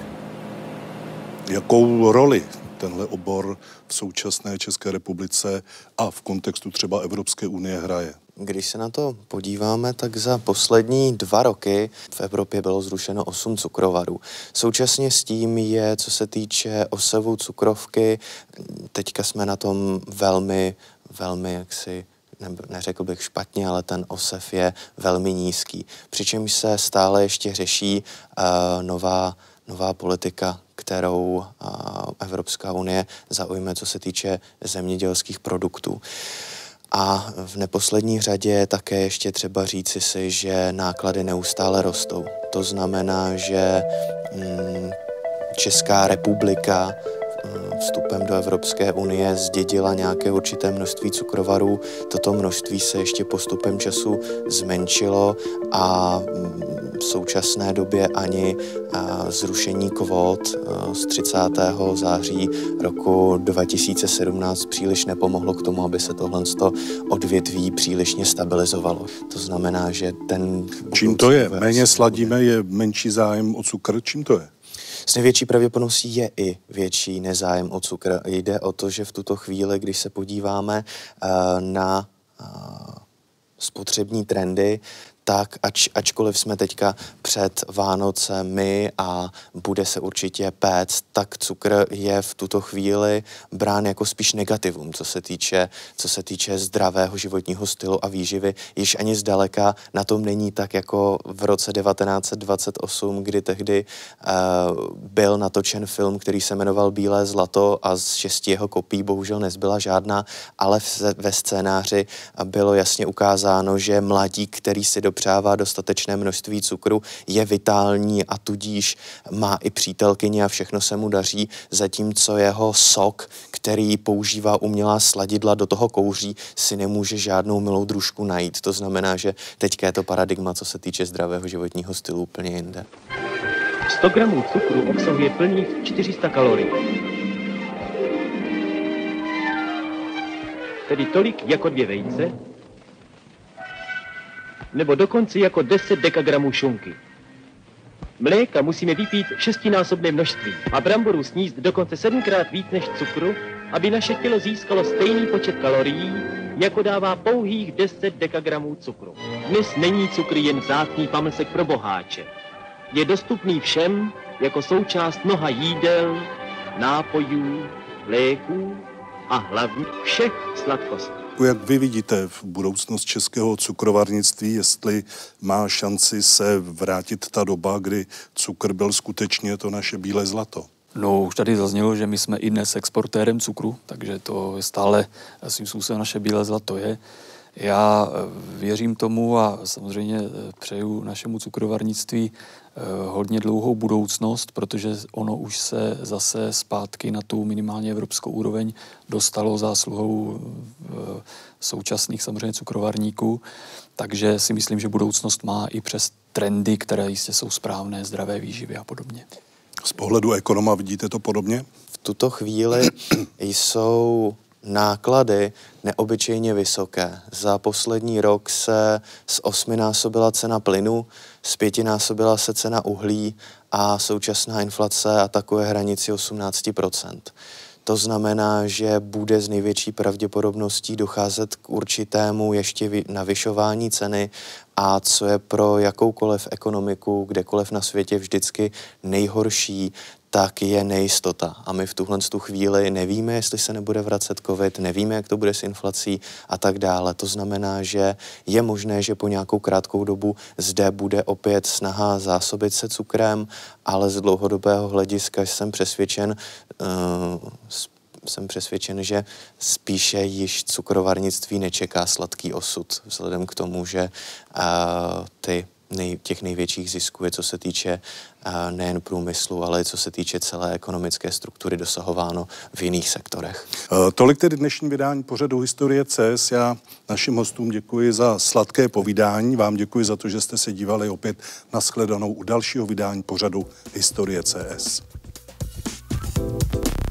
Jakou roli tenhle obor v současné České republice a v kontextu třeba Evropské unie hraje? Když se na to podíváme, tak za poslední dva roky v Evropě bylo zrušeno osm cukrovarů. Současně s tím je, co se týče osevu cukrovky, teďka jsme na tom velmi, velmi jaksi, ne, neřekl bych špatně, ale ten osev je velmi nízký. Přičemž se stále ještě řeší uh, nová, nová politika, kterou uh, Evropská unie zaujme, co se týče zemědělských produktů. A v neposlední řadě je také ještě třeba říci si, že náklady neustále rostou. To znamená, že mm, Česká republika vstupem do Evropské unie zdědila nějaké určité množství cukrovarů. Toto množství se ještě postupem času zmenšilo a v současné době ani zrušení kvót z třicátého září roku dva tisíce sedmnáct příliš nepomohlo k tomu, aby se tohle odvětví přílišně stabilizovalo. To znamená, že ten... Čím to je? Méně sladíme, je menší zájem o cukr? Čím to je? S největší pravděpodobností je i větší nezájem o cukr. Jde o to, že v tuto chvíli, když se podíváme uh, na uh, spotřební trendy, tak ač, ačkoliv jsme teďka před Vánocemi a bude se určitě péct, tak cukr je v tuto chvíli brán jako spíš negativum, co se týče, co se týče zdravého životního stylu a výživy. Již ani zdaleka na tom není tak jako v roce devatenáct set dvacet osm, kdy tehdy uh, byl natočen film, který se jmenoval Bílé zlato a z šesti jeho kopií bohužel nezbyla žádná, ale v, ve scénáři bylo jasně ukázáno, že mladík, který si do vypřává dostatečné množství cukru, je vitální a tudíž má i přítelkyně a všechno se mu daří, zatímco jeho sok, který používá umělá sladidla do toho kouří, si nemůže žádnou milou družku najít. To znamená, že teďka je to paradigma, co se týče zdravého životního stylu, úplně jinde. sto gramů cukru obsahuje plných čtyři sta kalorií. Tedy tolik jako dvě vejce, nebo dokonce jako deset dekagramů šunky. Mléka musíme vypít šestinásobné množství a bramboru sníst dokonce sedmkrát víc než cukru, aby naše tělo získalo stejný počet kalorií, jako dává pouhých deset dekagramů cukru. Dnes není cukr jen vzácný pamlsek pro boháče. Je dostupný všem jako součást mnoha jídel, nápojů, léků a hlavně všech sladkostí. Jak vy vidíte v budoucnost českého cukrovarnictví, jestli má šanci se vrátit ta doba, kdy cukr byl skutečně to naše bílé zlato? No, už tady zaznělo, že my jsme i dnes exportérem cukru, takže to je stále svým způsobem naše bílé zlato je. Já věřím tomu a samozřejmě přeju našemu cukrovarnictví hodně dlouhou budoucnost, protože ono už se zase zpátky na tu minimálně evropskou úroveň dostalo zásluhou současných samozřejmě cukrovarníků, takže si myslím, že budoucnost má i přes trendy, které jistě jsou správné, zdravé výživy a podobně. Z pohledu ekonoma vidíte to podobně? V tuto chvíli jsou náklady neobyčejně vysoké. Za poslední rok se z osminásobila cena plynu, z pětinásobila se cena uhlí a současná inflace atakuje hranici osmnáct procent. To znamená, že bude z největší pravděpodobností docházet k určitému ještě navyšování ceny a co je pro jakoukoliv ekonomiku, kdekoliv na světě vždycky nejhorší, tak je nejistota. A my v tuhle tu chvíli nevíme, jestli se nebude vracet covid, nevíme, jak to bude s inflací a tak dále. To znamená, že je možné, že po nějakou krátkou dobu zde bude opět snaha zásobit se cukrem, ale z dlouhodobého hlediska jsem přesvědčen, uh, jsem přesvědčen, že spíše již cukrovarnictví nečeká sladký osud, vzhledem k tomu, že uh, ty Nej, těch největších zisků je, co se týče uh, nejen průmyslu, ale i co se týče celé ekonomické struktury dosahováno v jiných sektorech. Uh, tolik tedy dnešní vydání pořadu Historie C S. Já našim hostům děkuji za sladké povídání. Vám děkuji za to, že jste se dívali opět na shledanou u dalšího vydání pořadu Historie C S.